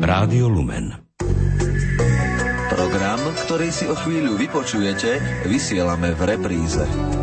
Rádio Lumen. Program, ktorý si o chvíľu vypočujete, vysielame v repríze.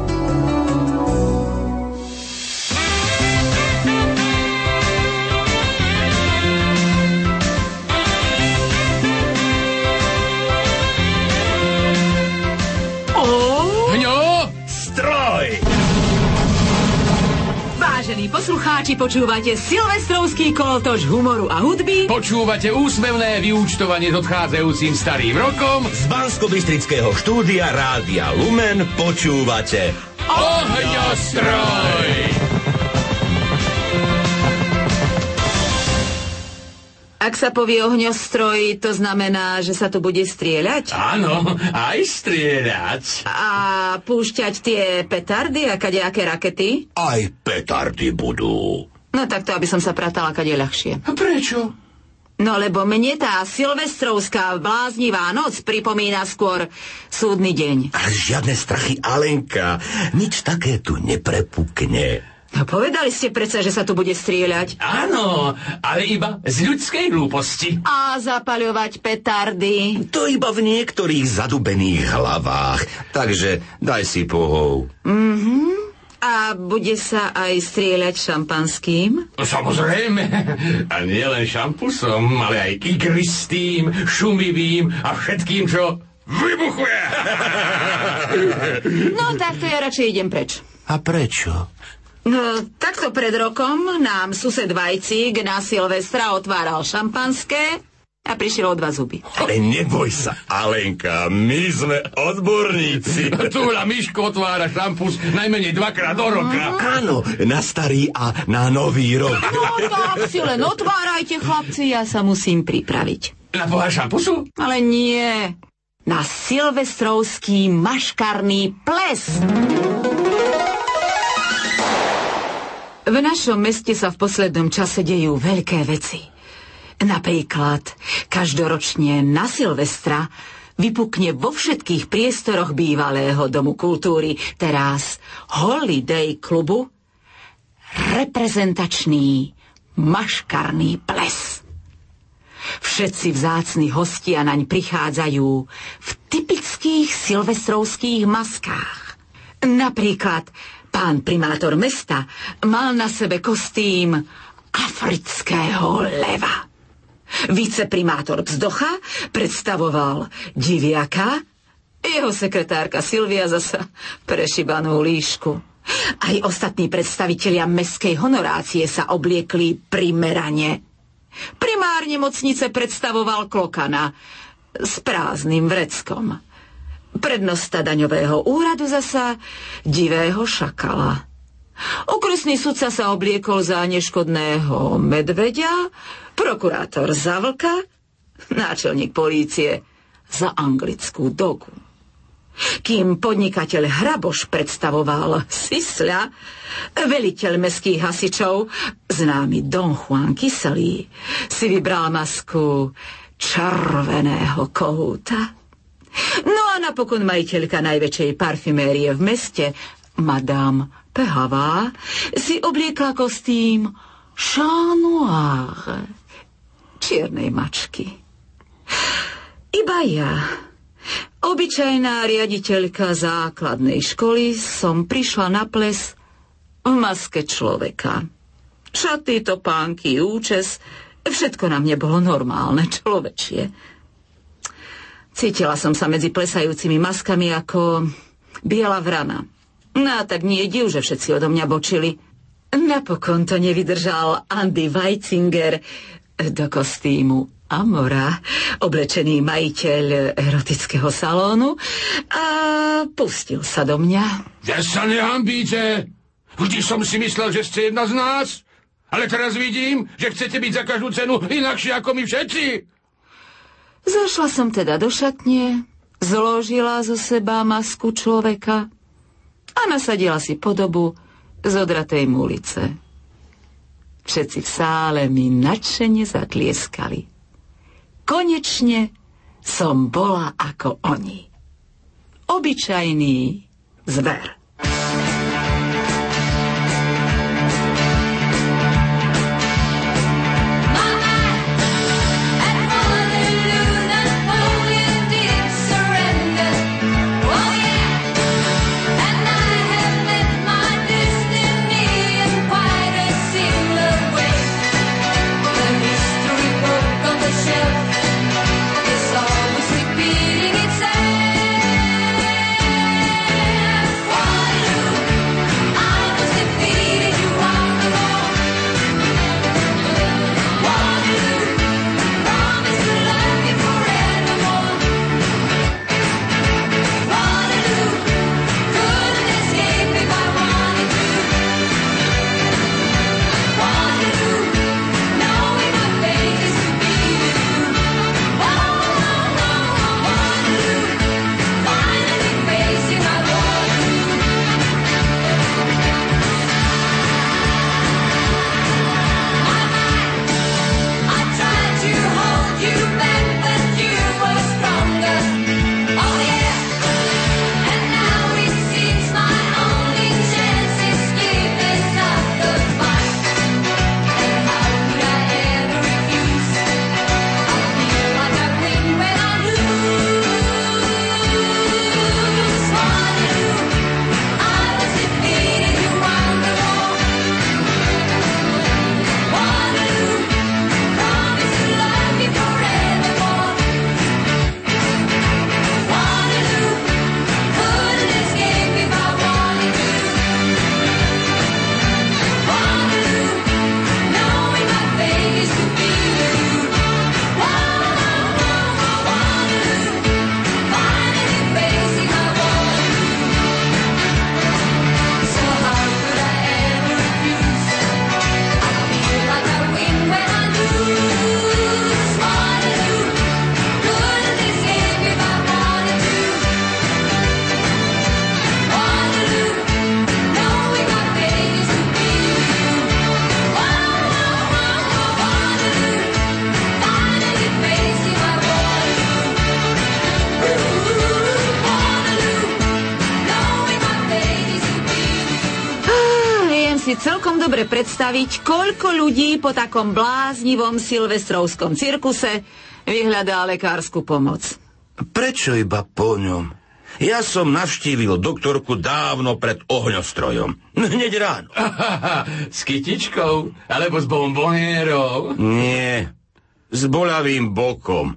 Vážení poslucháči, počúvate silvestrovský kolotoč humoru a hudby. Počúvate úsmevné vyúčtovanie s odchádzajúcim starým rokom. Z Banskobystrického štúdia Rádia Lumen počúvate Ohňostroj! Ak sa povie ohňostroj, to znamená, že sa tu bude strieľať? Áno, aj strieľať. A púšťať tie petardy a kadejaké rakety? Aj petardy budú. No tak to, aby som sa pratala kade ľahšie. A prečo? No lebo mne tá silvestrovská bláznivá noc pripomína skôr súdny deň. Ale žiadne strachy, Alenka. Nič také tu neprepukne. No povedali ste predsa, že sa tu bude strieľať. Áno, ale iba z ľudskej hlúposti. A zapaľovať petardy. To iba v niektorých zadubených hlavách. Takže daj si pohov. A bude sa aj strieľať šampanským? Samozrejme. A nie len šampusom, ale aj igristým, šumivým a všetkým, čo vybuchuje. No tak to ja radšej idem preč. A prečo? No, takto pred rokom nám sused Vajcík na Silvestra otváral šampanské a prišiel o 2 zuby. Ale neboj sa, Alenka, my sme odborníci. Túľa Miško otvára šampus najmenej 2-krát do roka. Áno, na starý a na nový rok. No tak si len otvárajte, chlapci, ja sa musím pripraviť. Na pohár šampusu? Ale nie, na silvestrovský maškarný ples. V našom meste sa v poslednom čase dejú veľké veci. Napríklad, každoročne na Silvestra vypukne vo všetkých priestoroch bývalého Domu kultúry, teraz Holiday klubu, reprezentačný maškarný ples. Všetci vzácni hostia naň prichádzajú v typických silvestrovských maskách. Napríklad pán primátor mesta mal na sebe kostým afrického leva. Viceprimátor Bzdocha predstavoval diviaka, jeho sekretárka Silvia zasa prešibanú líšku. Aj ostatní predstavitelia mestskej honorácie sa obliekli primerane. Primár nemocnice predstavoval klokana s prázdnym vreckom. Prednosta daňového úradu zasa divého šakala. Okresný sudca sa obliekol za neškodného medveďa, prokurátor za vlka, náčelník polície za anglickú dogu. Kým podnikateľ Hraboš predstavoval sisľa, veliteľ mestských hasičov, známy Don Juan Kyselý, si vybral masku červeného kohúta. No a napokon majiteľka najväčšej parfumérie v meste, Madame Pehavá, si obliekla kostým Chat Noir, čiernej mačky. Iba ja, obyčajná riaditeľka základnej školy, som prišla na ples v maske človeka. Šaty, topánky, účes, všetko na mne bolo normálne, človečie. Cítila som sa medzi plesajúcimi maskami ako biela vrana. No tak nie div, že všetci odo mňa bočili. Napokon to nevydržal Andy Weitzinger do kostýmu Amora, oblečený majiteľ erotického salónu, a pustil sa do mňa. Ja sa nehambíte. Vždy som si myslel, že ste jedna z nás. Ale teraz vidím, že chcete byť za každú cenu inakšie ako my všetci. Zašla som teda do šatne, zložila zo seba masku človeka a nasadila si podobu z odratej mulice. Všetci v sále mi nadšene zatlieskali. Konečne som bola ako oni. Obyčajný zver. Mama, celkom dobre predstaviť, koľko ľudí po takom bláznivom silvestrovskom cirkuse vyhľadá lekárskú pomoc. Prečo iba po ňom? Ja som navštívil doktorku dávno pred ohňostrojom. Hneď ráno. S kytičkou? Alebo s bombonérou? Nie, s boľavým bokom.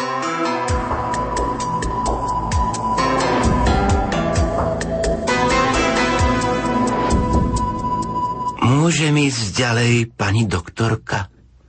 Môžem ísť ďalej, pani doktorka?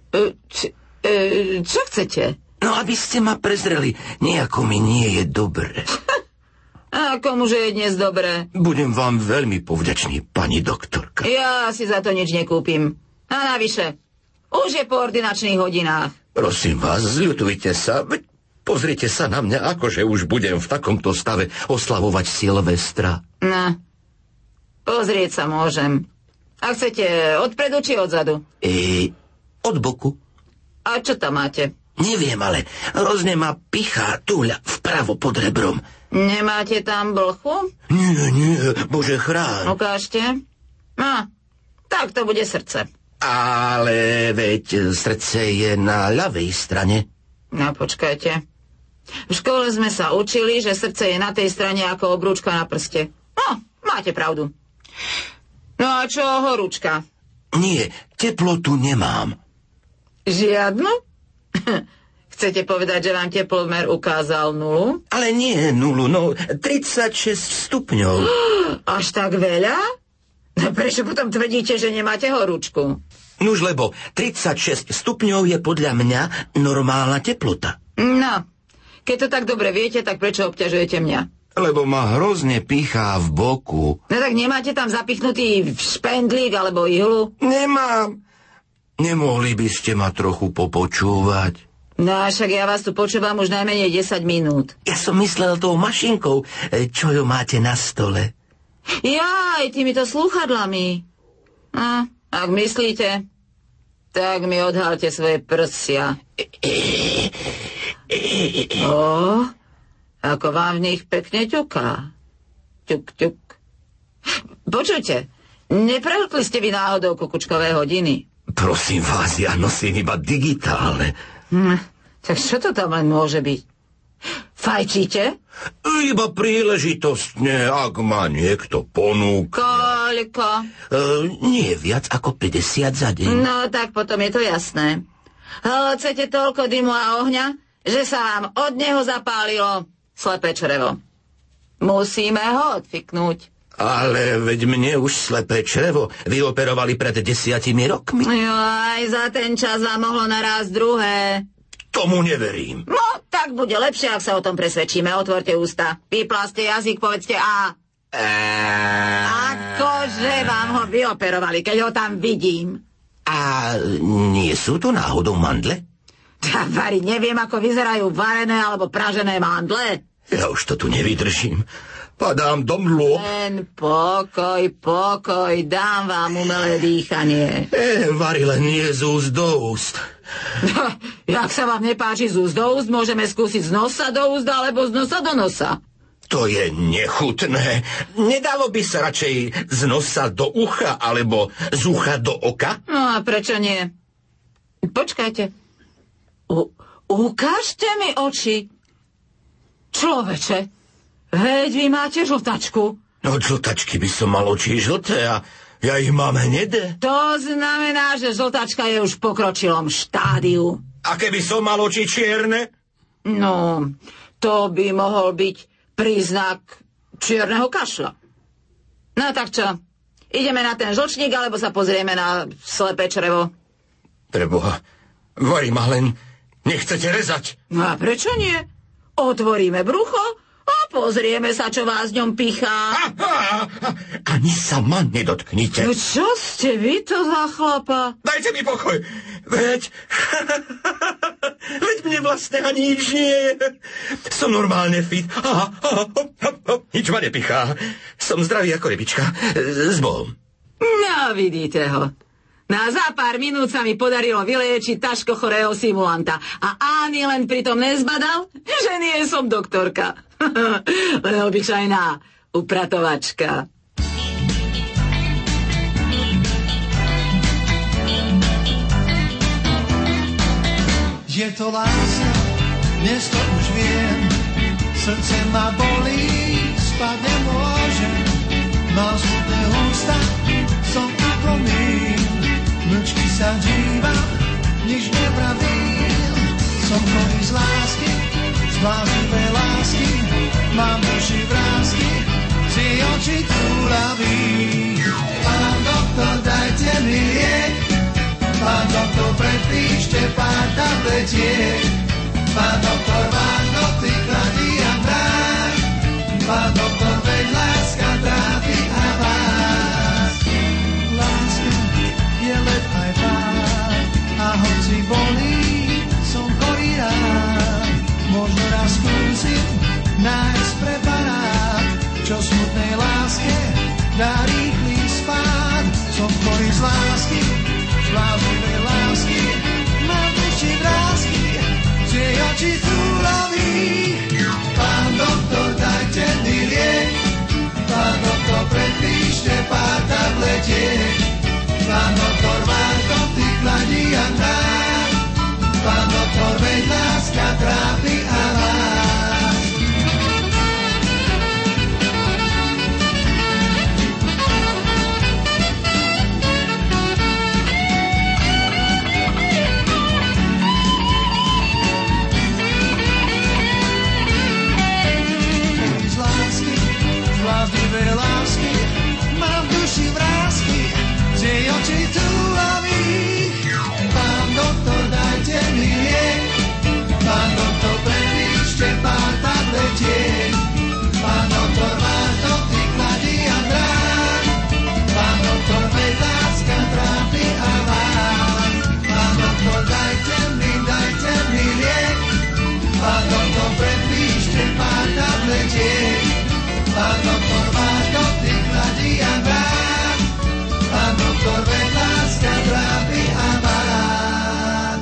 Čo chcete? No, aby ste ma prezreli. Nejako mi nie je dobre. A komuže je dnes dobré? Budem vám veľmi povďačný, pani doktorka. Ja si za to nič nekúpim. A navyše, už je po ordinačných hodinách. Prosím vás, zľutujte sa. Pozrite sa na mňa, akože už budem v takomto stave oslavovať Silvestra. No, pozrieť sa môžem. A chcete odpredu či odzadu? Od boku. A čo tam máte? Neviem, ale hrozne ma pichá túľa vpravo pod rebrom. Nemáte tam blchu? Nie, Bože chráň. Ukážte. No, tak to bude srdce. Ale veď srdce je na ľavej strane. No, počkajte. V škole sme sa učili, že srdce je na tej strane ako obrúčka na prste. No, máte pravdu. No a čo horúčka? Nie, teplotu nemám. Žiadnu? Chcete povedať, že vám teplomer ukázal 0? Ale nie 0, no 36 stupňov. Až tak veľa? No prečo potom tvrdíte, že nemáte horúčku? Nuž, lebo 36 stupňov je podľa mňa normálna teplota. No, keď to tak dobre viete, tak prečo obťažujete mňa? Lebo ma hrozne píchá v boku. No tak nemáte tam zapichnutý špendlík alebo ihlu? Nemám. Nemohli by ste ma trochu popočúvať? No však ja vás tu počúvam už najmenej 10 minút. Ja som myslel tou mašinkou, čo ju máte na stole. Jaj, týmito slúchadlami. No, ak myslíte, tak mi odhalte svoje prsia. Ako vám v nich pekne ťuká. Ťuk, ťuk. Počujte, neprehltli ste vy náhodou kukučkové hodiny? Prosím vás, ja nosím iba digitálne. Tak čo to tam len môže byť? Fajčíte? Iba príležitostne, ak ma niekto ponúka. Koľko? Nie viac ako 50 za deň. No tak potom je to jasné. Chcete toľko dymu a ohňa, že sa vám od neho zapálilo slepé črevo. Musíme ho odfiknúť. Ale veď mne už slepé črevo vyoperovali pred 10 rokmi. Jo, aj za ten čas vám mohlo narásť druhé. Tomu neverím. No, tak bude lepšie, ak sa o tom presvedčíme. Otvorte ústa, vypláste jazyk, povedzte A. Akože vám ho vyoperovali, keď ho tam vidím. A nie sú to náhodou mandle? Variť neviem, ako vyzerajú varené alebo pražené mandle. Ja už to tu nevydržím. Padám do mlô. Len pokoj, dám vám umelé dýchanie. Vari len nie z úst do úst. Jak sa vám nepáči z úst do úst, môžeme skúsiť z nosa do úst alebo z nosa do nosa. To je nechutné. Nedalo by sa radšej z nosa do ucha alebo z ucha do oka? No a prečo nie? Počkajte. Ukážte mi oči. Človeče, veď vy máte žltačku. No žltačky by som mal oči žlté a ja ich mám hnedé. To znamená, že žltačka je už v pokročilom štádiu. A keby som mal oči čierne? No, to by mohol byť príznak čierneho kašľa. No tak čo? Ideme na ten žlčník, alebo sa pozrieme na slepé črevo? Preboha, Vari ma len nechcete rezať. No a prečo nie? Otvoríme brucho a pozrieme sa, čo vás ňom pichá. Ani sa ma nedotknite. No čo ste vy to za chlapa? Dajte mi pokoj. Veď mne vlastne ani nič nie je. Som normálne fit. Nič ma nepichá. Som zdravý ako rybička. S Bohom. No, vidíte ho. Za pár minút sa mi podarilo vyliečiť ťažko chorého simulanta. A ani len pritom nezbadal, že nie som doktorka. Len obyčajná upratovačka. Je to láska, dnes to už viem. Srdce ma bolí, spať nemôžem. Mal smutné ústa, som ako mýl. Mlčky sa dívam, nič nepravím. Som chorý z lásky, z bláznivej lásky. Mám duši vrásky, z jej očí túlavý. Pán doktor, dajte mi liek. Pán doktor, prepíšte pár tabletiek. Pán doktor, vám dotyk chladí a vrát. Pán doktor, veď láska trápi a vás. Láska je led aj pád, a hoci bolí, som chorý rád. Možno raz skúsim nájsť preparát, čo smutnej láske dá rýchly spád. Som chorý z lásky, z bláznivej lásky. Mám duši vrásky, z jej očí túlavých. Pán doktor, dajte mi liek. Pán doktor, predpíšte pár tabletiek. Pán doktor, váš dotyk chladí a hrát. Pán doktor, veď láska trápi a vás. Z lásky, z bláznivej lásky, mám v duši vrásky, z jej očí túlavých. Pán doktor, dajte mi liek. Pán doktor, predpíšte pár tabletiek. Pán doktor, váš dotyk chladí a drát. Pán doktor, veď láska trápi a vás. Pán doktor, dajte mi liek. Pán doktor, predpíšte pár tabletiek. Pán doktor, váš dotyk chladí a drát. Pán doktor, veď láska trápi a vás.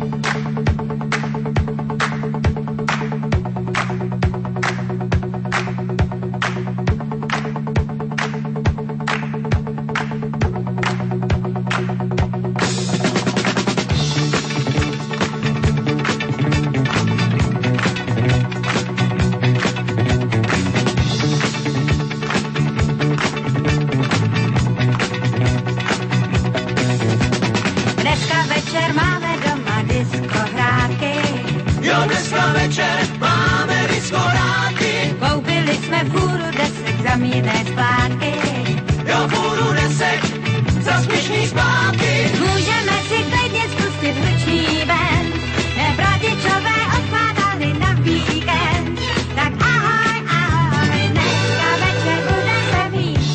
Dneska večer máme doma diskohráky. Jo, dneska večer máme diskohráky. Koupili jsme fůru desek za mírné splátky. Jo, půjdu desek za směšný zpátky. Můžeme si klidně spustit hlučný band. Rodičové odkládali na víkend. Tak ahoj, ahoj, dneska večer bude se mít.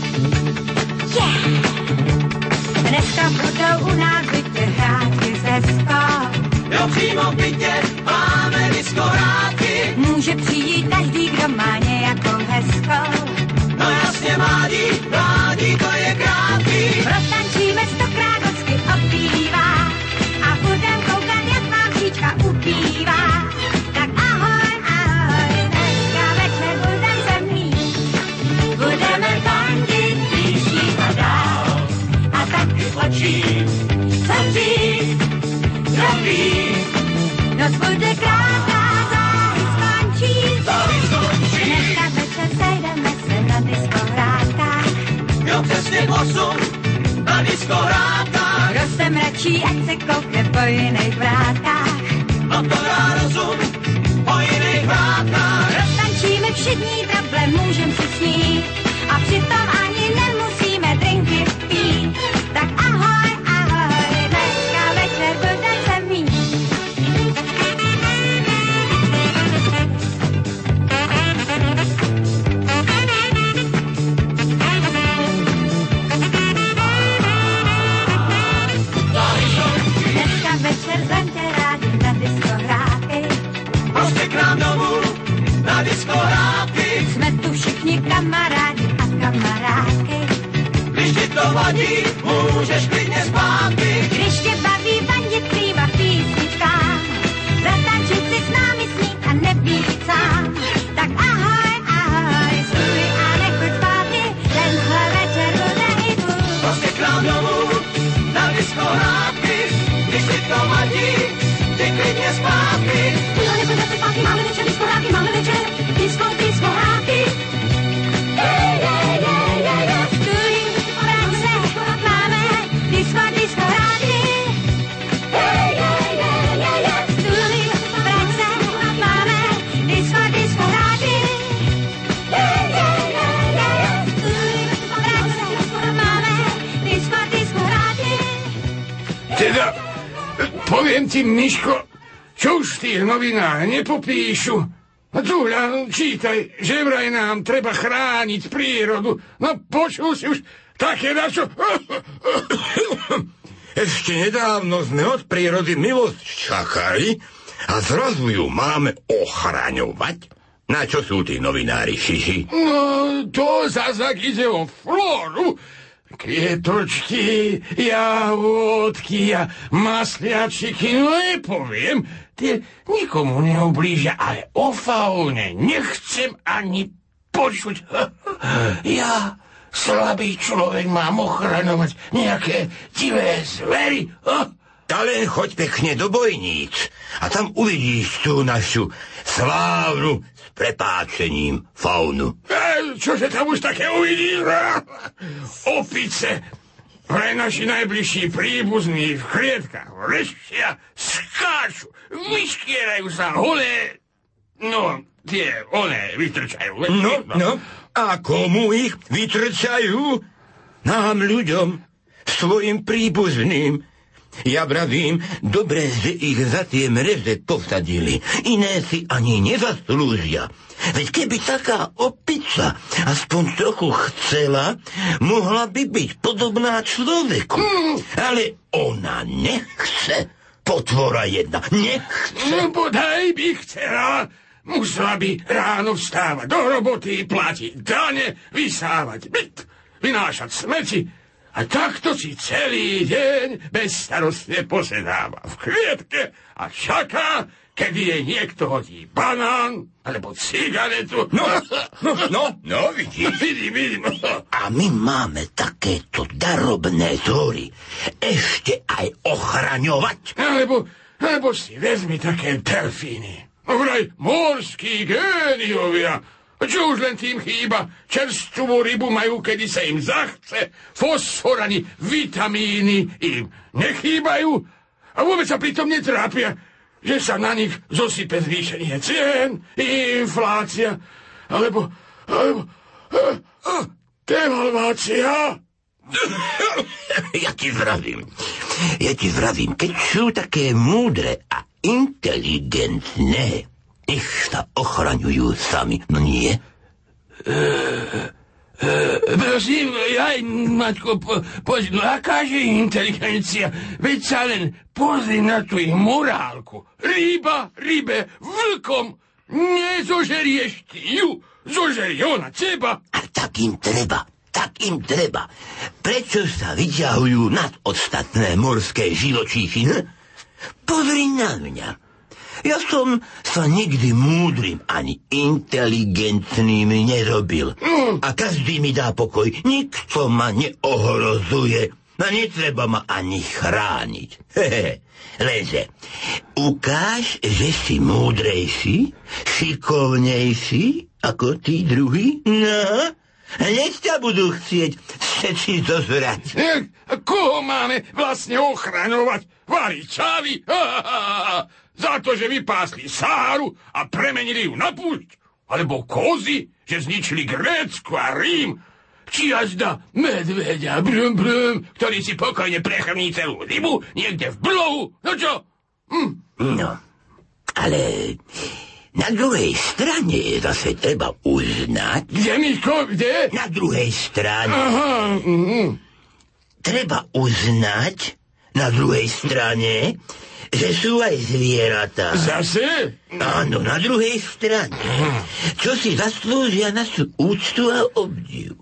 Yeah! Dneska budou u nás bytě hrátky ze skol. Jo, přímo v bytě máme diskohráky. Může přijít každý, kdo má nějakou hezkou. No jasně, mládí, to je krátký. Roztančíme 100krát hodsky opívá a budem koukat, jak vám příčka upívá. Tak ahoj, ahoj, dneska večer budem se mít. Budeme fandit, píší a dál a taky tlačí. Co říct, dobrý, noc bude krátká, záhy skončí. Dneska večer sejdeme se na diskohrátkách. Jo, přesně 8 na diskohrátkách. Kdo se mračí, ať se koukne po jiných vrátkách. No to dá rozum po jiných vrátkách. Roztančíme všední trable, můžem si snít. A přitom ani nemusíme drinky pít. Tak ahoj, ahoj, dneska večer budem se mít. Dneska večer zvemte rádi na diskohráky. Prostě k nám domů na diskohráky. Jsme tu všichni kamarádi a kamarádky. Když ti to vadí, můžeš klidně zpátky. Když tě baví bandit prýma písničkám, zatančit si s námi snít a nebýt sám. Tak ahoj, ahoj, stůj a nechoď zpátky, tenhle večer bude i tvůj. Prostě k nám domů na diskohráky. Když ti to vadí, ty klidně zpátky. Máme večer, diskohráky, máme večer, diskohráky. Studii práce máme, diskohráky. Studii práce máme, diskohráky. Teda, poviem ti, Miško, čo už v tých novinách nepopíšu. No tu, čítaj, že vraj nám treba chrániť prírodu. No počul si už také dačo. Ešte nedávno sme od prírody milosť čakali a zrazu ju máme ochraňovať. Na čo sú tí novinári, šiši? No, to zazak ide o flóru. Kvietočky, jahodky a masliačiky, no nepoviem, tie nikomu neublížia, ale o faune nechcem ani počuť. Ja, slabý človek, mám ochraňovať nejaké divé zvery. Ale choď pekne do bojníc a tam uvidíš tú našu slávnu s prepáčením faunu. Čože tam už také uvidíš? Opice, vraj naši najbližší príbuzní v klietkách vrešia, skáču, vyškierajú sa holé, no, tie one vytrčajú. No, a komu ich vytrčajú? Nám ľuďom, svojim príbuzným. Ja vravím, dobre, že ich za tie mreže posadili. Iné si ani nezaslúžia. Veď keby taká opica aspoň trochu chcela, mohla by byť podobná človeku. Ale ona nechce. Potvora jedna, nechce. No bodaj by chcela. Musela by ráno vstávať do roboty, platiť dane, vysávať byt, vynášať smeti. A takto si celý deň bezstarostne posedáva v klietke a čaká, kedy jej niekto hodí banán alebo cigaretu. No, vidíš? Vidím. A my máme takéto darobné vzory ešte aj ochraňovať. Alebo si vezmi také delfíny. Vraj morskí géniovia. Čo už len tým chýba? Čerstvú rybu majú, kedy sa im zachce. Fosfor ani vitamíny im nechýbajú. A vôbec sa pritom netrápia, že sa na nich zosype zvýšenie cien, inflácia, alebo devalvácia. Ja ti vravím, keď sú také múdre a inteligentné, nech sa ochraňujú sami, no nie? Prosím, jaj, Maťko, poď, no akáže inteligencia? Veď sa len pozri na tú ich morálku. Ryba, rybe, vlkom, nezóžerieš ty ju, zožerie ona teba. A tak im treba. Prečo sa vyťahujú nad ostatné morské živočíchy? Pozri na mňa. Ja som sa nikdy múdrym ani inteligentným nerobil. A každý mi dá pokoj. Nikto ma neohrozuje. A netreba ma ani chrániť. Lenže, ukáž, že si múdrejší, šikovnejší ako tí druhí. No, nech ťa budú chcieť všetci zožrať. Koho máme vlastne ochraňovať? Varičávi? Za to, že vypásli Sáru a premenili ju na púšť? Alebo kozy, že zničili Grécko a Rím? Či azda medveďa, ktorý si pokojne prechrní celú rybu niekde v blohu? No čo? No, ale na druhej strane zase treba uznať... Kde, Miško, kde? Na druhej strane... Treba uznať na druhej strane, že sú aj zvieratá. Zase? Áno, na druhej strane. Čo si zaslúžia našu úctu a obdiv.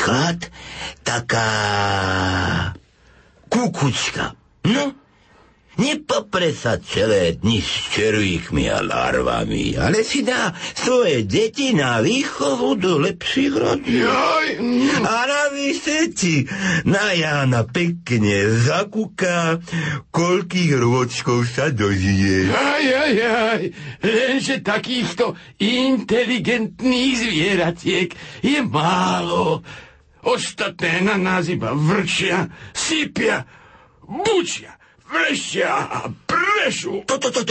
Napríklad taká kukučka. No, Nepopre sa celé dni s červíkmi a larvami, ale si dá svoje deti na výchovu do lepších rodín. A navyše ti na Jána pekne zakúka, koľkých rôčkov sa dožije. Lenže takýchto inteligentných zvieratiek je málo. Ostatné na nás iba vrčia, sypia, bučia, vrešťa a prešu.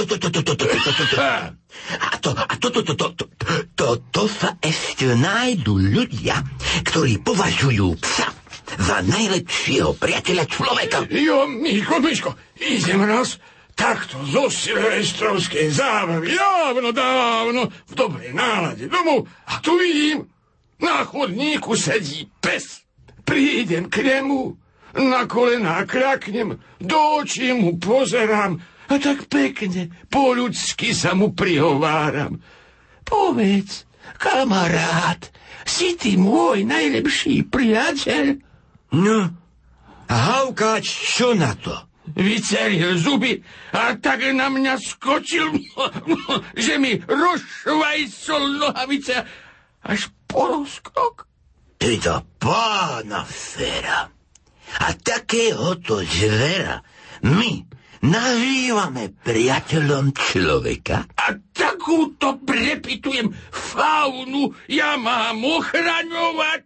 To sa ešte nájdu ľudia, ktorí považujú psa za najlepšieho priateľa človeka. Jo, Miško, idem raz takto zo silvestrovskej zábavy dávno v dobrej nálade domov a tu vidím, na chodníku sedí pes. Prídem k nemu, na kolená kľaknem, do očí mu pozerám a tak pekne, po ľudsky sa mu prihováram. Povedz, kamarát, si ty môj najlepší priateľ? No, a Haukáč, čo na to? Vyceril zuby a tak na mňa skočil, že mi rozšvajcol nohavice až po rozkrok. Ty to pána Fera. A takéhoto zvera my nazývame priateľom človeka? A takúto prepitujem faunu ja mám ochraňovať?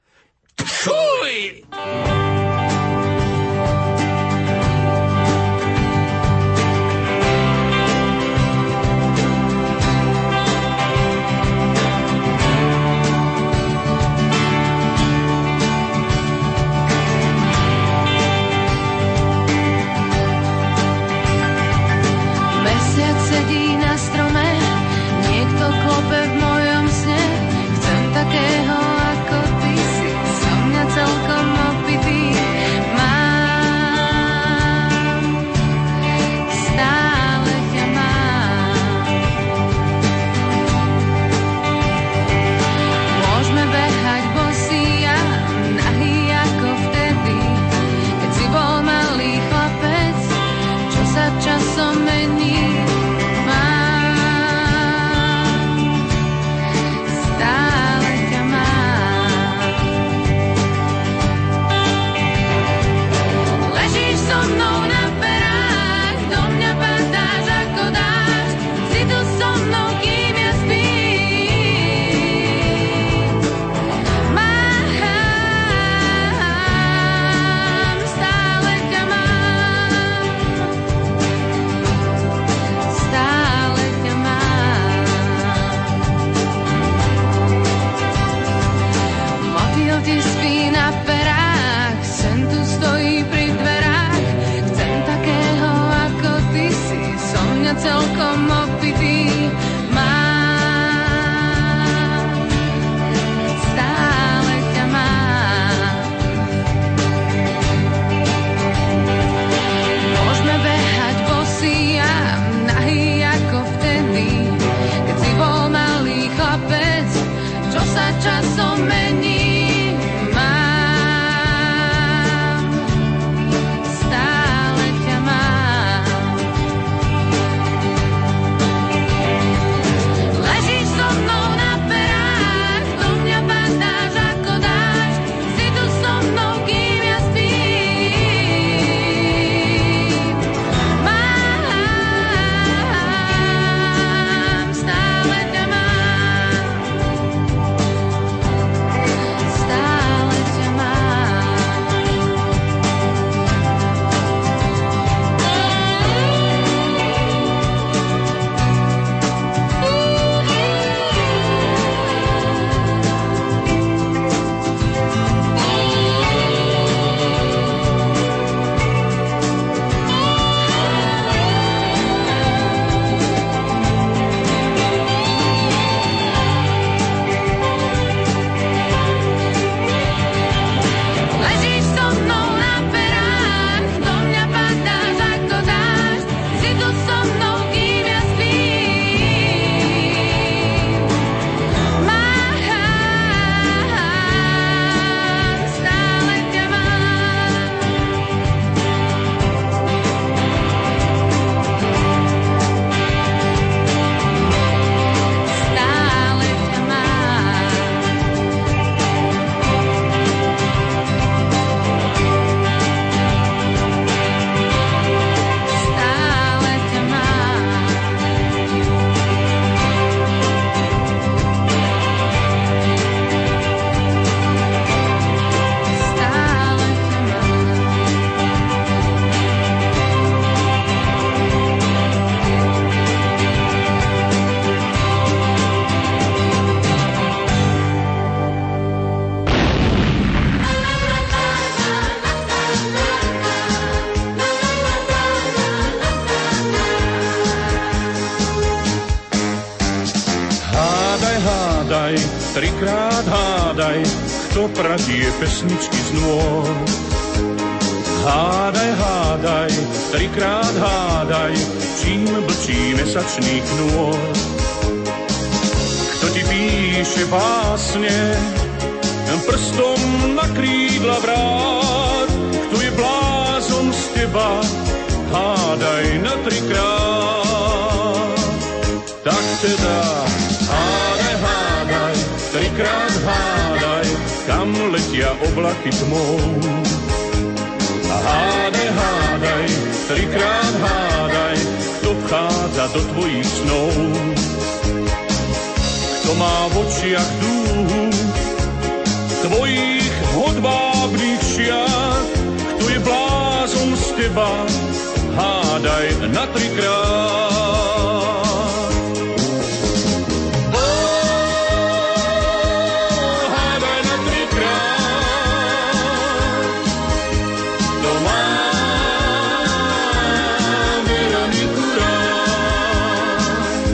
Fuj! Takého ako ty si, som mňa celkom opitý. trikrát hádaj, kto pratie pesničky z nôr. Hádaj, hádaj, trikrát hádaj, čím blčí mesačný knôr. Kto ti píše básne, prstom na krídla vrát, kto je blázon z teba, hádaj na trikrát. Tak teda hádaj, hádaj, trikrát hádaj, kam letia oblaky tmou. Hádaj, hádaj, trikrát hádaj, kto vchádza do tvojich snov. Kto má v očiach dúhu tvojich hodvábnych šiat, kto je blázon z teba, hádaj na trikrát. Hádaj na trikrát. Kto má Veroniku rád.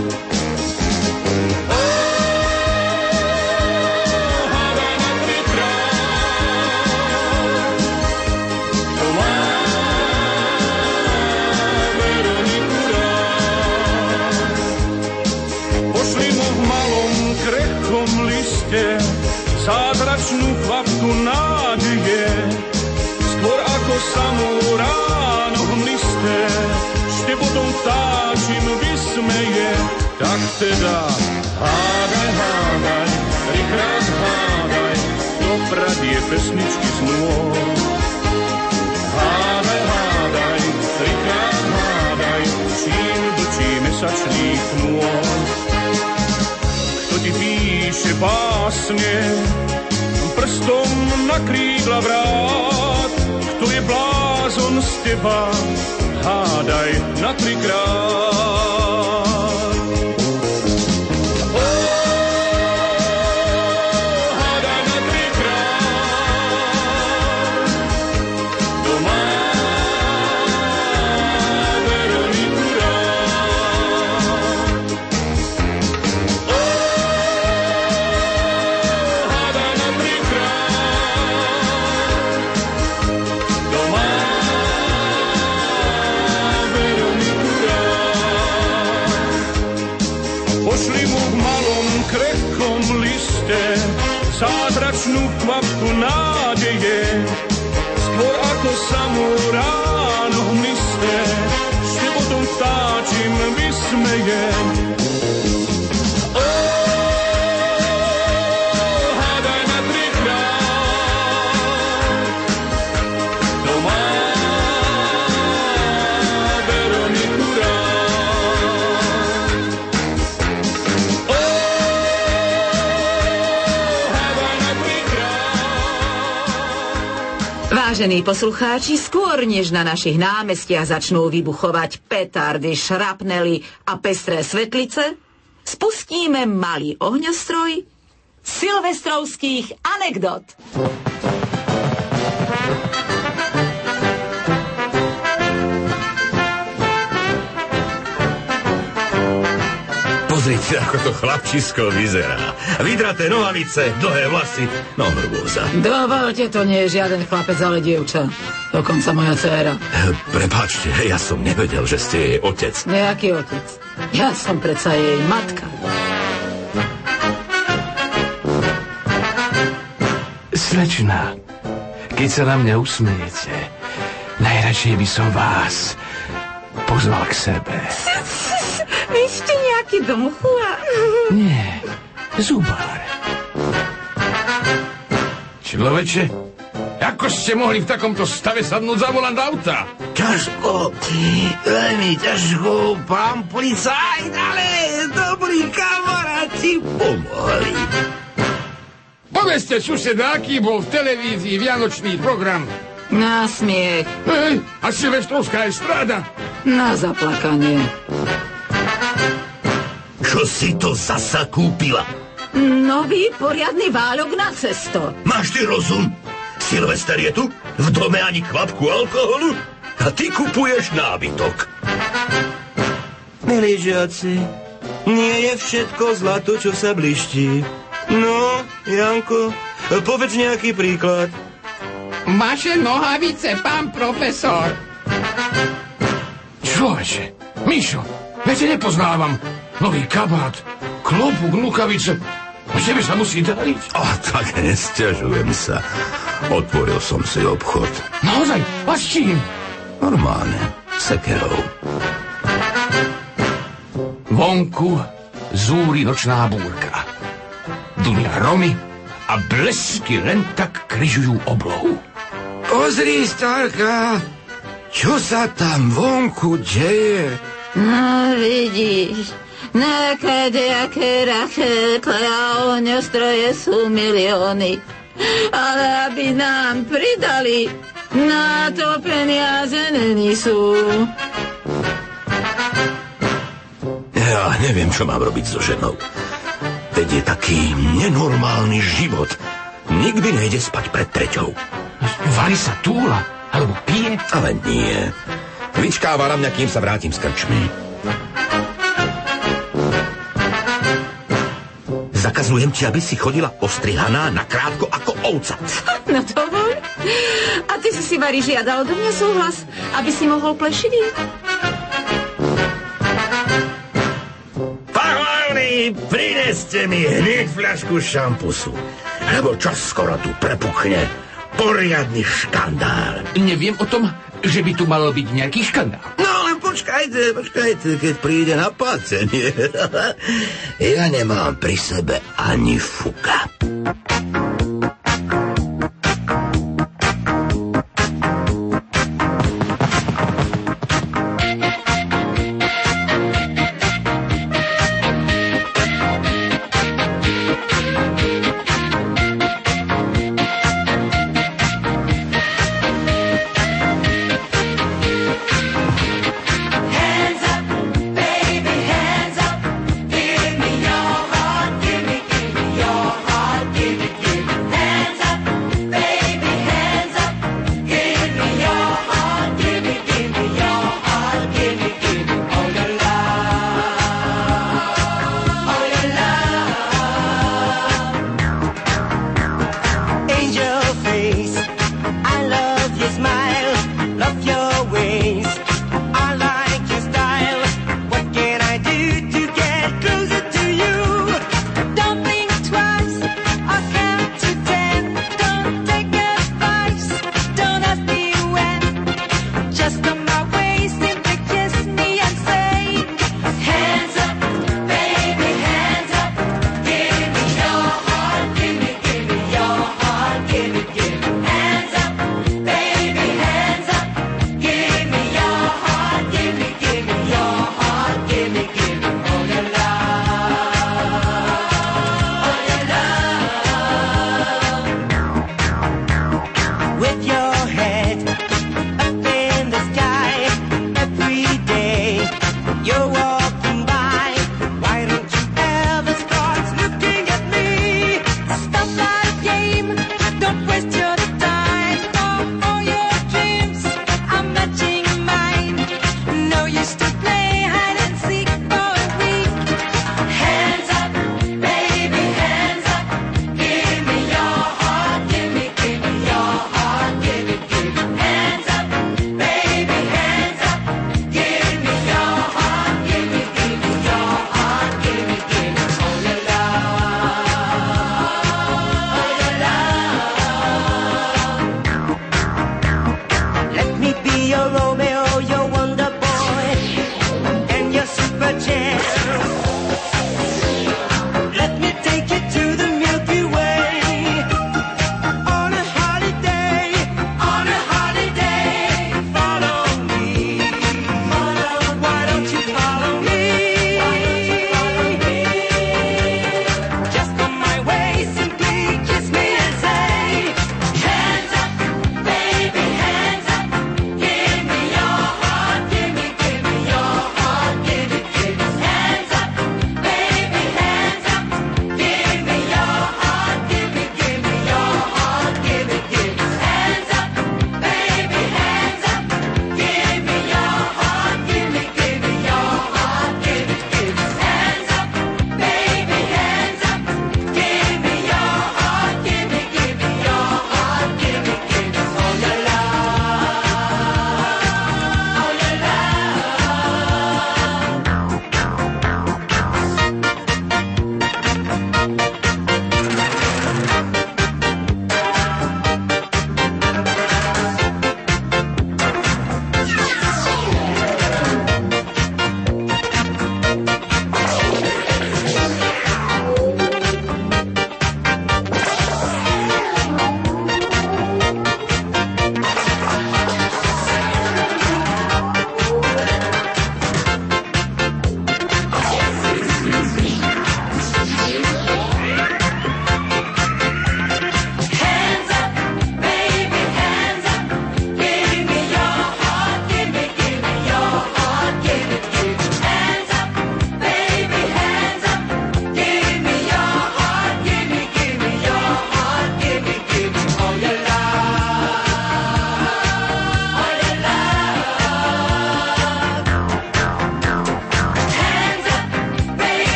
Hádaj na trikrát. Kto má Veroniku rád. Pošli mu v malom krehkom liste zázračnú kvapku nádeje, skôr ako samú ráno hmlisté štebotom vtáčim vysmeje. Tak teda hádaj, hádaj, trikrát hádaj, kto pradie pesničky z nôr. Hádaj, hádaj, trikrát hádaj, čím blčí mesačný knôr. Kto ti píše básne, prstom na krídla vrát, kto je blázon z teba, hádaj na trikrát. Hádaj na trikrát. Kto má Veroniku rád. Hádaj na trikrát. Kto má Veroniku rád. Pošli mu v malom krehkom liste zázračnú kvapku nádeje, skôr ako samú ráno hmlisté štebotom vtáčim vysmeje. Hádaj na trikrát. Kto má Veroniku rád. Hádaj na trikrát. Vážení poslucháči, skôr než na našich námestiach začnú vybuchovať petardy, šrapnely a pestré svetlice, spustíme malý ohňostroj silvestrovských anekdot. Pozrite, ako to chlapčisko vyzerá. Vydraté nohavice, dlhé vlasy, no hrôza. Dovolte, to nie je žiaden chlapec, ale dievča. Dokonca moja dcéra. Prepáčte, ja som nevedel, že ste jej otec. Nejaký otec. Ja som predsa jej matka. Slečna, keď sa na mňa usmejete, najradšej by som vás pozval k sebe. Vy ste nejaký domchúa. Nie, zubár. Človeče, ako ste mohli v takomto stave sadnúť za volant auta? Ťažko, veľmi ťažko, pán policajt, ale dobrí kamaráti pomohli. Povedzte, suseda, aký bol v televízii vianočný program? Na smiech. Hej, a silvestrovská estráda? Na zaplakanie. Čo si to zasa kúpila? Nový poriadny váľok na cesto. Máš ty rozum? Silvester je tu? V dome ani kvapku alkoholu? A ty kupuješ nábytok. Milí žiaci, nie je všetko zlato, čo sa bliští. No, Janko, povedz nejaký príklad. Vaše nohavice, pán profesor. Človeče, Mišo, ja te nepoznávam. Nový kabát, klobúk, rukavice. A tebe sa musí dariť. Tak nesťažujem sa. Otvoril som si obchod. Naozaj? A s čím? Normálne, sekerou. Vonku zúri nočná búrka. Dunia hromy a blesky len tak križujú oblohu. Pozri, starka, čo sa tam vonku deje? No, vidíš, na kadejaké rachetle a ohňostroje sú milióny. Ale aby nám pridali, na to peniaze není sú. Ja neviem, čo mám robiť so ženou. Veď je taký nenormálny život. Nikdy nejde spať pred treťou. Vari sa túla, alebo pije? Ale nie. Vyčkáva na mňa, kým sa vrátim z krčmy. Zakazujem ti, aby si chodila ostrihaná na krátko ako ovca. No to bol. A ty si Vari žiadal do mňa súhlas, aby si mohol plešivieť? Pahlavní, prineste mi hneď fľašku šampusu, lebo čoskoro tu prepuchne poriadny škandál. Neviem o tom, že by tu mal byť nejaký škandál. No, len počkajte, keď príde na pácenie. Ja nemám pri sebe ani fuka. Give me your heart,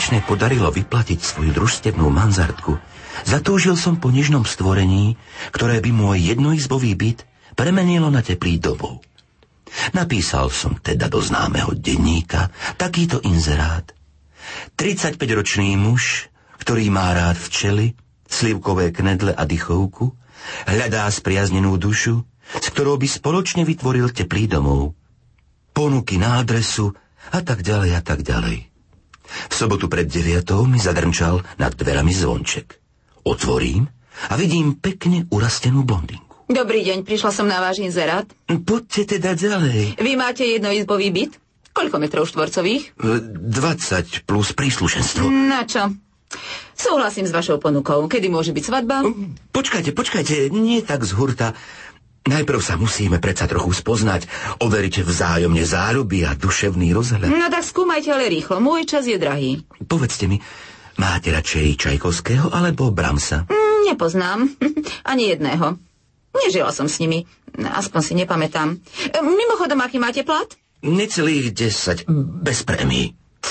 konečne podarilo vyplatiť svoju družstevnú mansardku, zatúžil som po nežnom stvorení, ktoré by môj jednoizbový byt premenilo na teplý domov. Napísal som teda do známeho denníka takýto inzerát. 35-ročný muž, ktorý má rád včely, slivkové knedle a dychovku, hľadá spriaznenú dušu, s ktorou by spoločne vytvoril teplý domov. Ponuky na adresu a tak ďalej a tak ďalej. V sobotu pred 9 mi zadrnčal nad dverami zvonček. Otvorím a vidím pekne urastenú blondinku. Dobrý deň, prišla som na váš inzerát. Poďte teda ďalej. Vy máte jednoizbový byt? Koľko metrov štvorcových? 20 plus príslušenstvo. Na čo? Súhlasím s vašou ponukou. Kedy môže byť svadba? Počkajte, nie tak z hurta. Najprv sa musíme predsa trochu spoznať, overiť vzájomne záľuby a duševný rozhľad. No tak skúmajte, ale rýchlo. Môj čas je drahý. Povedzte mi, máte radšej Čajkovského alebo Brahmsa? Nepoznám. Ani jedného. Nežila som s nimi. Aspoň si nepamätám. Mimochodom, aký máte plat? Necelých 10, bez prémií.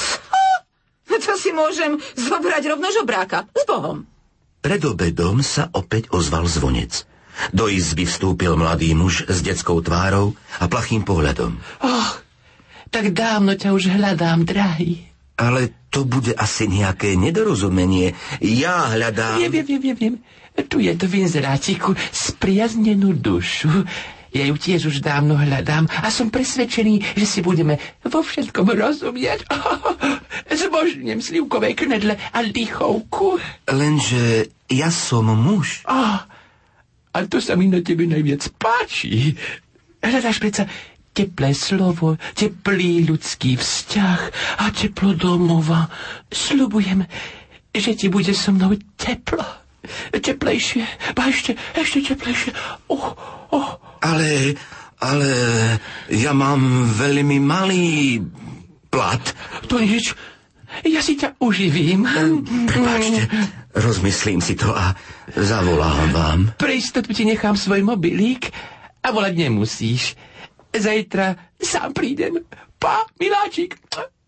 To si môžem zobrať rovno žobráka. S Bohom. Pred obedom sa opäť ozval zvonec. Do izby vstúpil mladý muž s detskou tvárou a plachým pohľadom. Tak dávno ťa už hľadám, drahý. Ale to bude asi nejaké nedorozumenie. Ja hľadám... Viem. Tu je to v inzerátiku spriaznenú dušu. Ja ju tiež už dávno hľadám a som presvedčený, že si budeme vo všetkom rozumieť. Zbožňujem slivkové knedle a dychovku. Lenže ja som muž. A to sa mi na tebe najviac páči. Hľadáš predsa teplé slovo, teplý ľudský vzťah a teplo domova. Sľubujem, že ti bude so mnou teplo. Teplejšie, a ešte teplejšie. Ale ja mám veľmi malý plat. To nič. Ja si ťa uživím. Prepáčte, rozmyslím si to a zavolám vám. Pre istotu ti nechám svoj mobilík a volať nemusíš. Zajtra sám prídem. Pa, miláčik.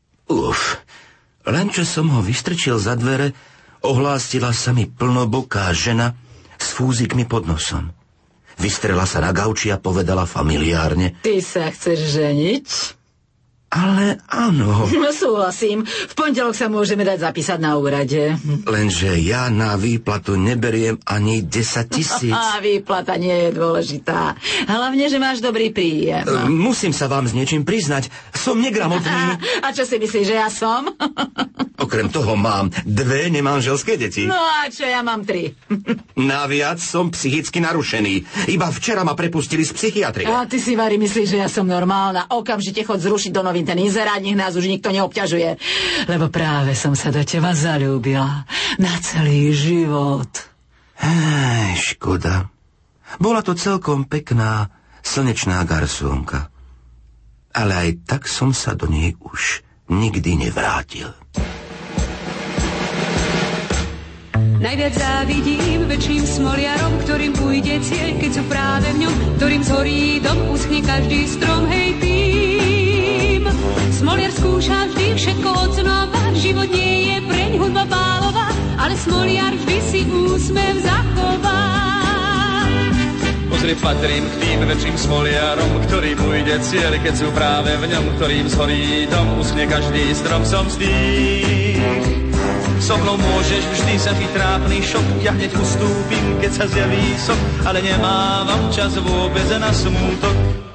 Len čo som ho vystrčil za dvere, ohlásila sa mi plnoboká žena s fúzikmi pod nosom. Vystrela sa na gauči a povedala familiárne: Ty sa chceš ženiť? Ale áno. Súhlasím. V pondelok sa môžeme dať zapísať na úrade. Lenže ja na výplatu neberiem ani 10 000. Výplata nie je dôležitá. Hlavne, že máš dobrý príjem. Musím sa vám s niečím priznať. Som negramotný. A čo si myslíš, že ja som? Okrem toho mám 2 nemanželské deti. No a čo, ja mám 3. Naviac som psychicky narušený. Iba včera ma prepustili z psychiatrie. A ty si, Vary, myslíš, že ja som normálna. Okamžite chod zrušiť do novín ten inzerát, nech nás už nikto neobťažuje. Lebo práve som sa do teba zaľúbila. Na celý život. Škoda. Bola to celkom pekná, slnečná garsónka. Ale aj tak som sa do nej už nikdy nevrátil. Najviac závidím väčším smoliarom, ktorým pôjde cieľ, keď sú práve v ňom, ktorým zhorí dom, uschne každý strom, hej tým. Smoliar skúša vždy všetko od znova, život nie je preň hudba bálová, ale smoliar vždy si úsmev zachová. Pozri, patrím k tým väčším smoliarom, ktorým ujde cieľ, keď sú práve v ňom, ktorým zhorí dom, uschne každý strom, som z tých. So mnou môžeš vždy zažiť trápny šok, ja hneď ustúpim, keď sa zjaví som, ale nemávam čas vôbec na smútok.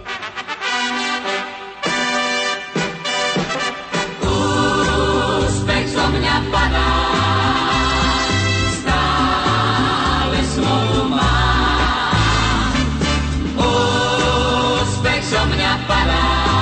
Úspech zo mňa padá, stále smolu mám. Úspech zo mňa padá,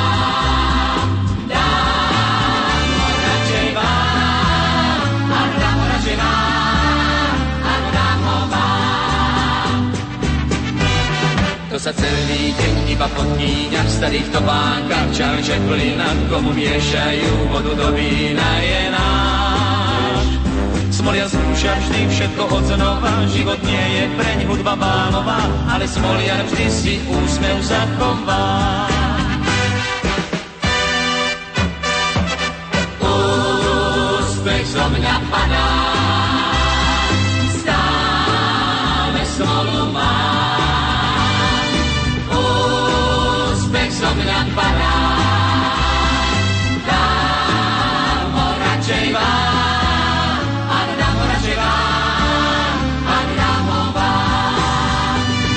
sa celý deň iba podtíňa v starých topánkach, čarče plina, komu miešajú vodu do vína, je náš. Smoliar skúša vždy všetko od znova, život nie je preň hudba bálová, ale smoliar vždy si úsmev zachová. Úspech zo mňa padá. Stále smolu mám, úspech zo mňa padá. Dám ho radšej vám, a dám ho radšej vám, a dám ho vám.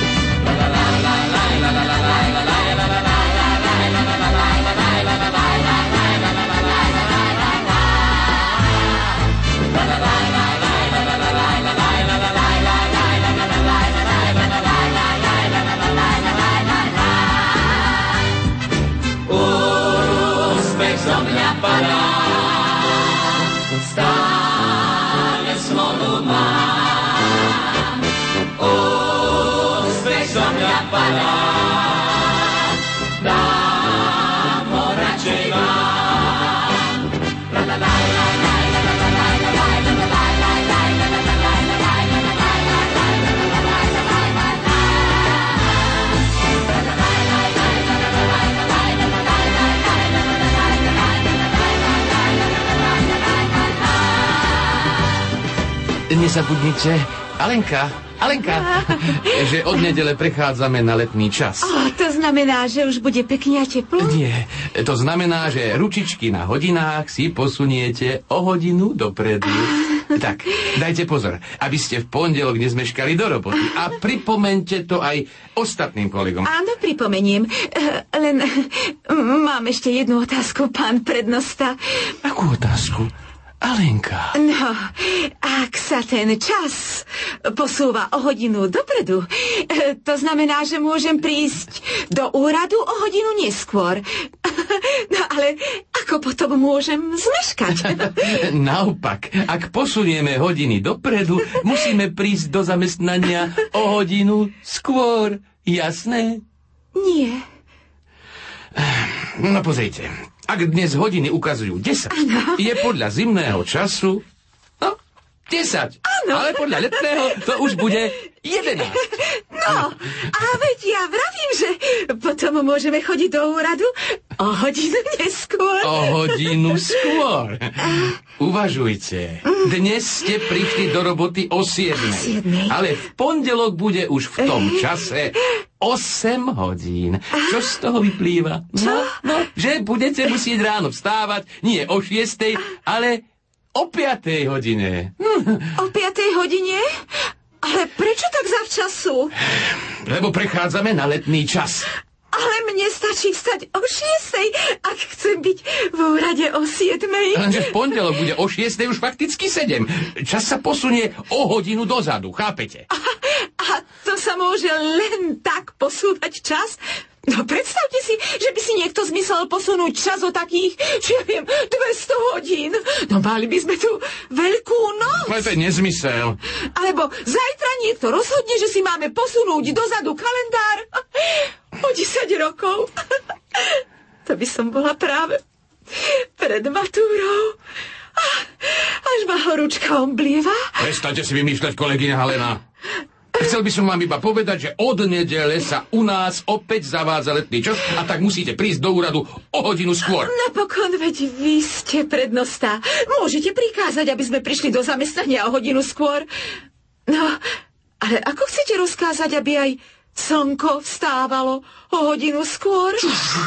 Úspech zo mňa padá, stále smolu mám. Úspech zo mňa padá, dám ho radšej vám. Nezabudnite, Alenka, že od nedele prechádzame na letný čas. To znamená, že už bude pekne a teplo? Nie, to znamená, že ručičky na hodinách si posuniete o hodinu dopredu. Tak, dajte pozor, aby ste v pondelok nezmeškali do roboty. A pripomeňte to aj ostatným kolegom. Áno, pripomeniem. Len mám ešte jednu otázku, pán prednosta. Akú otázku? Alenka. No, ak sa ten čas posúva o hodinu dopredu, to znamená, že môžem prísť do úradu o hodinu neskôr. No ale ako potom môžem zmeškať? Naopak, ak posunieme hodiny dopredu, musíme prísť do zamestnania o hodinu skôr. Jasné? Nie. No pozrite. Ak dnes hodiny ukazujú 10, ano. Je podľa zimného času 10. Ano. Ale podľa letného to už bude 11. No, a veď ja vravím, že potom môžeme chodiť do úradu o hodinu neskôr. O hodinu skôr. Uvažujte. Dnes ste prišli do roboty o 7. Ale v pondelok bude už v tom čase 8 hodín. Čo z toho vyplýva? No, že budete musieť ráno vstávať nie o 6, ale o 5 hodine. O 5 hodine? Ale prečo tak zavčasu? Lebo prechádzame na letný čas. Ale mne stačí vstať o 6, ak chcem byť v úrade o 7. Lenže v pondelok bude o 6 už fakticky 7. Čas sa posunie o hodinu dozadu, chápete? A to sa môže len tak posúvať čas? No predstavte si, že by si niekto zmyslel posunúť čas o takých, či ja viem, 200 hodín. No mali by sme tu veľkú noc. Ale to je nezmysel. Alebo zajtra niekto rozhodne, že si máme posunúť dozadu kalendár o 10 rokov. To by som bola práve pred matúrou. Až ma horúčka omblieva. Prestaňte si vymýšľať, kolegyňa Halena. Chcel by som vám iba povedať, že od nedele sa u nás opäť zavádza letný čas a tak musíte prísť do úradu o hodinu skôr. Napokon, veď vy ste prednosta. Môžete prikázať, aby sme prišli do zamestnania o hodinu skôr. No, ale ako chcete rozkázať, aby aj slnko vstávalo o hodinu skôr?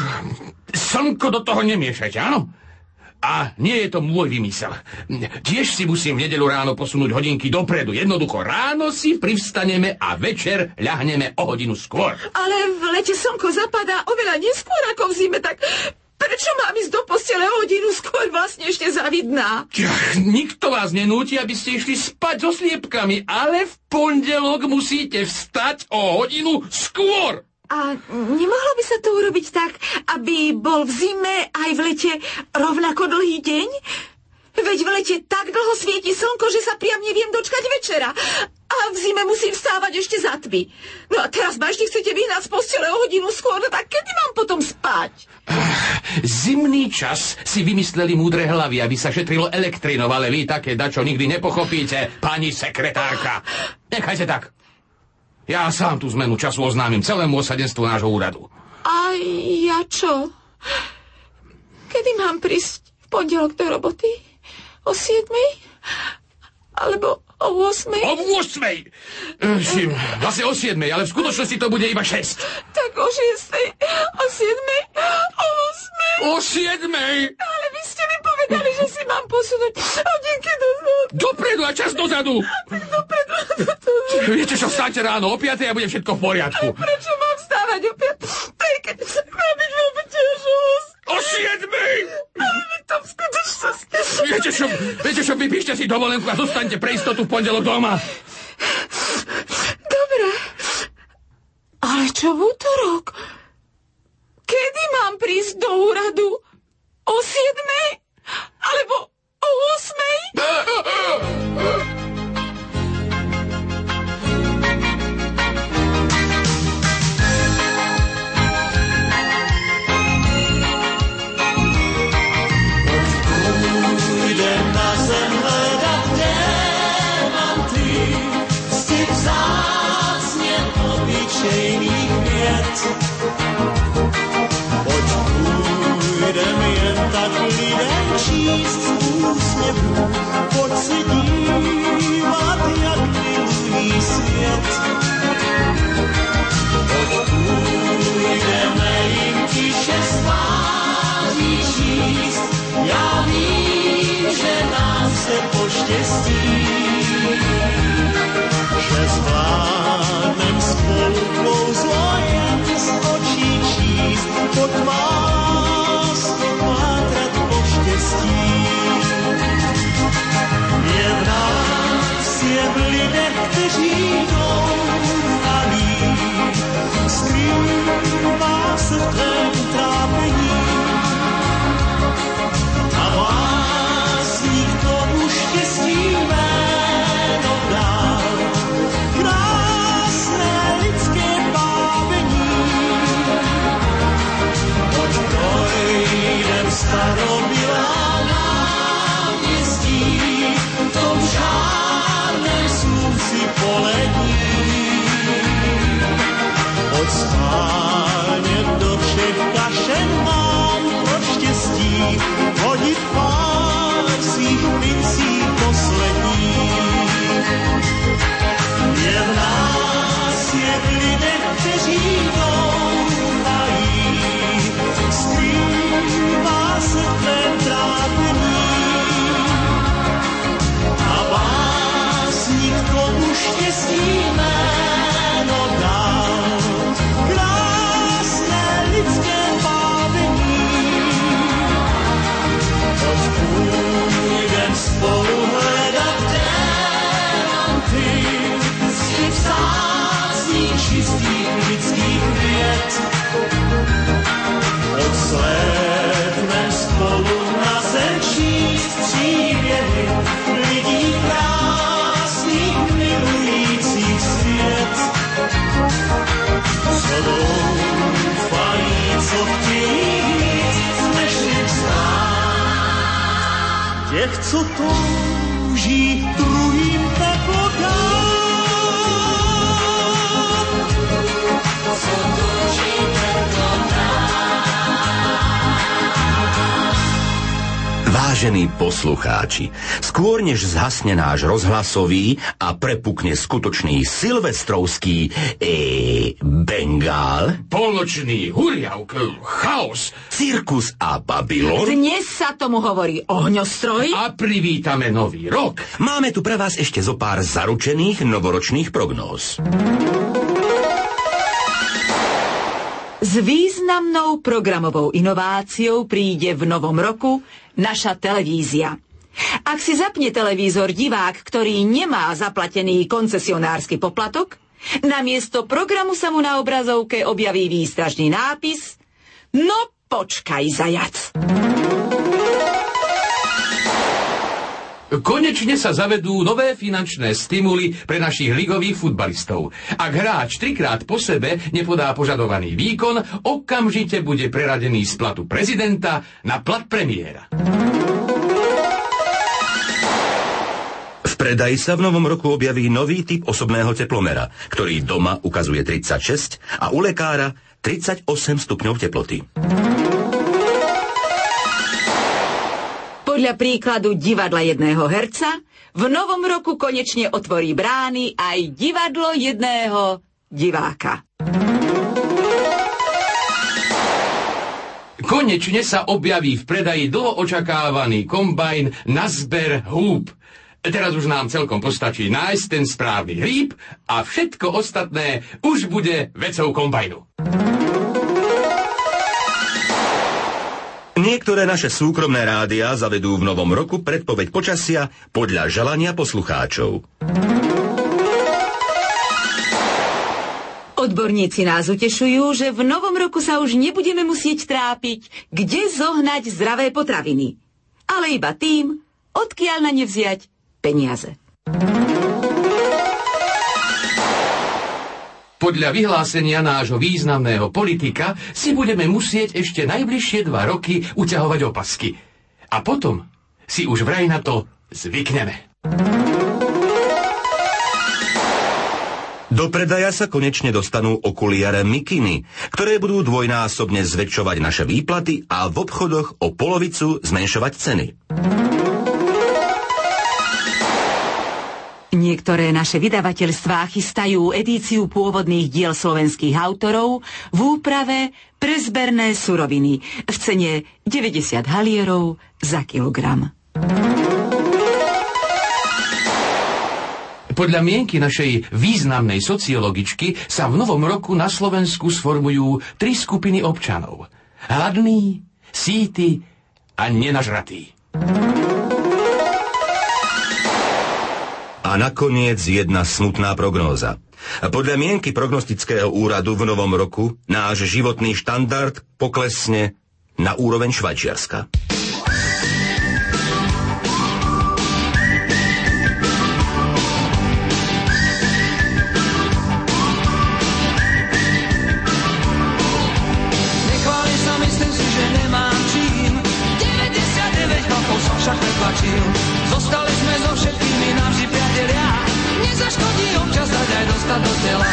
Slnko do toho nemiešajte, áno? A nie je to môj vymysel. Tiež si musím v nedeľu ráno posunúť hodinky dopredu. Jednoducho ráno si privstaneme a večer ľahneme o hodinu skôr. Ale v lete slnko zapadá oveľa neskôr ako v zime, tak prečo mám ísť do postele o hodinu skôr, vlastne ešte zavidná? Nikto vás nenúti, aby ste išli spať so sliepkami, ale v pondelok musíte vstať o hodinu skôr. A nemohlo by sa to urobiť tak, aby bol v zime aj v lete rovnako dlhý deň? Veď v lete tak dlho svieti slnko, že sa priam neviem dočkať večera. A v zime musím vstávať ešte za tmy. No a teraz ma ešte chcete vyhnať z postele o hodinu skôr, no tak kedy mám potom spať? Zimný čas si vymysleli múdre hlavy, aby sa šetrilo elektrinou, ale vy také dačo nikdy nepochopíte, pani sekretárka. Nechajte tak. Ja sám tú zmenu času oznámim celému osadenstvu nášho úradu. A ja čo? Kedy mám prísť v pondelok do roboty? O 7? Alebo o 8? O 8! Vlastne o 7, ale v skutočnosti to bude iba 6. Tak o 6, o 7, o 8. O 7! Ale vy ste mi povedali, že si mám posunúť hodinky dozadu. Dopredu a čas dozadu. Tak dopredu. Viete čo, vstáte ráno o 5 a bude všetko v poriadku. Ale prečo mám vstávať o 5? Keď mám byť veľmi tiežosť. O 7! Ale vy to v skutočnosti... Viete čo, vypíšte si dovolenku a zostaňte pre istotu v pondelok doma. Dobre. Ale čo v útorok? Kedy mám prísť do úradu? O 7? Alebo o 8? Poď půjdem jen tak lidem číst z úsměvů, poď si dívat, jak milují svět. Poď půjdeme jim tiše z tváří číst, já vím, že nám se poštěstí, že zvládnem spolu kouzlo jen z očí číst, pod vás pátrat po štěstí. Je v nás, je v lidech, kteří doufalí, skrývá se v tvém trápení. A básník tomu štěstí jméno dal, krásné lidské bábení. Poď projdem starobylá náměstí, v tom žádném slunci polední. Od spálně do všech kašen mám pro štěstí hodit pár svých mincí posledních. Je v nás, je v lidech, kteří doufají, skrývá se v tvém trápení. A básník tomu štěstí jméno dal, krásné lidské bábení. Poď půjdem spolu hledat diamanty z těch vzácných čistých lidských věd. Odslétnem spolu na zem číst příběhy lidí krásných, milujících svět. Co doufají, co chtějí víc než jich znát. Těch, co touží druhým teplo dát. Co touží teplo Vážení poslucháči, skôr než zhasne náš rozhlasový a prepukne skutočný silvestrovský bengál, polnočný huriavk, chaos, cirkus a Babylon, Dnes sa tomu hovorí ohňostroj a privítame nový rok. máme tu pre vás ešte zo pár zaručených novoročných prognóz. S významnou programovou inováciou príde v novom roku naša televízia. Ak si zapne televízor divák, ktorý nemá zaplatený koncesionársky poplatok, namiesto programu sa mu na obrazovke objaví výstražný nápis No počkaj, zajac. Konečne sa zavedú nové finančné stimuly pre našich ligových futbalistov. Ak hráč 3-krát po sebe nepodá požadovaný výkon, okamžite bude preradený z platu prezidenta na plat premiéra. V predaji sa v novom roku objaví nový typ osobného teplomera, ktorý doma ukazuje 36 a u lekára 38 stupňov teploty. Po Podľa príkladu divadla jedného herca v novom roku konečne otvorí brány aj divadlo jedného diváka. Konečne sa objaví v predaji dlho očakávaný kombajn na zber húb. Teraz už nám celkom postačí nájsť ten správny hríb a všetko ostatné už bude vecou kombajnu. Niektoré naše súkromné rádiá zavedú v novom roku predpoveď počasia podľa želania poslucháčov. Odborníci nás utešujú, že v novom roku sa už nebudeme musieť trápiť, kde zohnať zdravé potraviny. Ale iba tým, odkiaľ na ne vziať peniaze. Podľa vyhlásenia nášho významného politika si budeme musieť ešte najbližšie 2 roky uťahovať opasky. A potom si už vraj na to zvykneme. Do predaja sa konečne dostanú okuliare mikiny, ktoré budú dvojnásobne zväčšovať naše výplaty a v obchodoch o polovicu zmenšovať ceny. Niektoré naše vydavateľstvá chystajú edíciu pôvodných diel slovenských autorov v úprave pre zberné suroviny v cene 90 halierov za kilogram. Podľa mienky našej významnej sociologičky sa v novom roku na Slovensku sformujú 3 skupiny občanov. Hladný, síty a nenažratý. A nakoniec jedna smutná prognóza. Podľa mienky prognostického úradu v novom roku náš životný štandard poklesne na úroveň Švajčiarska. Zostali sme so všetkými navždy priatelia. Nezaškodí občas dať aj dostať do tela.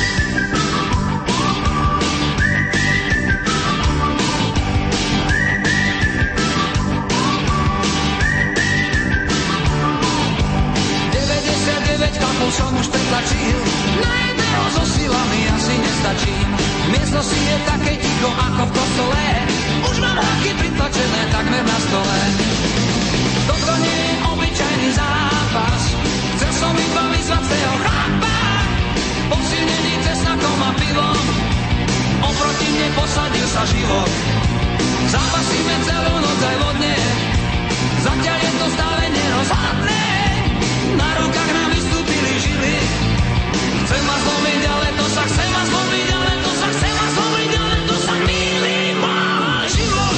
Chlapov som už pretlačil, na jedného so silami asi nestačím. V miestnosti je také ticho ako v kostole, už mám háky pritlačené takmer na stole. Toto nie je obyčajný zápas, chcel som iba vyzvať svého chlapa. Posilnený cesnakom a pivom, oproti mne posadil sa život. Zápasíme celú noc aj vodne, zatiaľ je to stále nerozhľadné. Na rukách nám vystúpili žily, chcem ma zlomiť, ale to sa chcem ma zlomiť, ale to sa chcem ma zlomiť, ale to sa mýli môj život.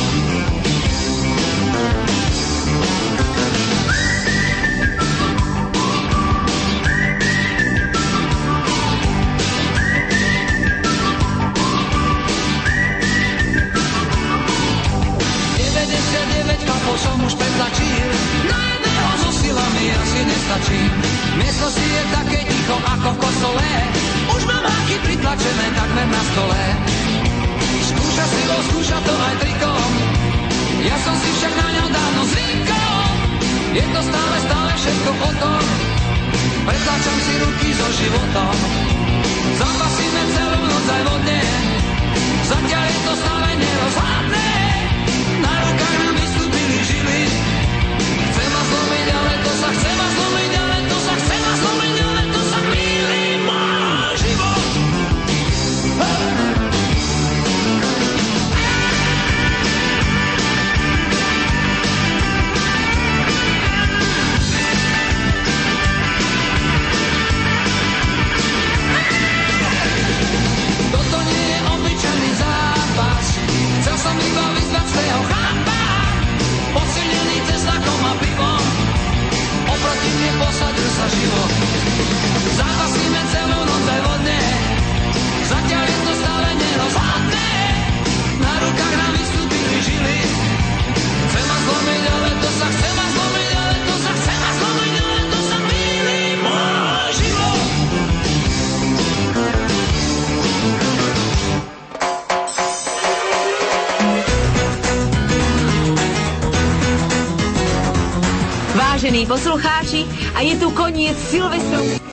Chlapov som už pretlačil, na jedného so silami asi nestačím. V miestnosti je také ticho ako v kostole, už mám háky pritlačené takmer na stole. Skúša silou, skúša to aj trikom, ja som si však na ňom dávno zvykol. Je to stále všetko o tom, pretlačam si ruky so životom. Zápasíme celú noc aj vodne, zatiaľ je to stále nerozhľadné. Na rukách nám vystúpili žily, chcem ma zlomiť, ale to sa chce ma zlomiť, ale to sa chce ma zlomiť, ale to sa mýli môj život. Vážení poslucháči, a je tu koniec Silvestru.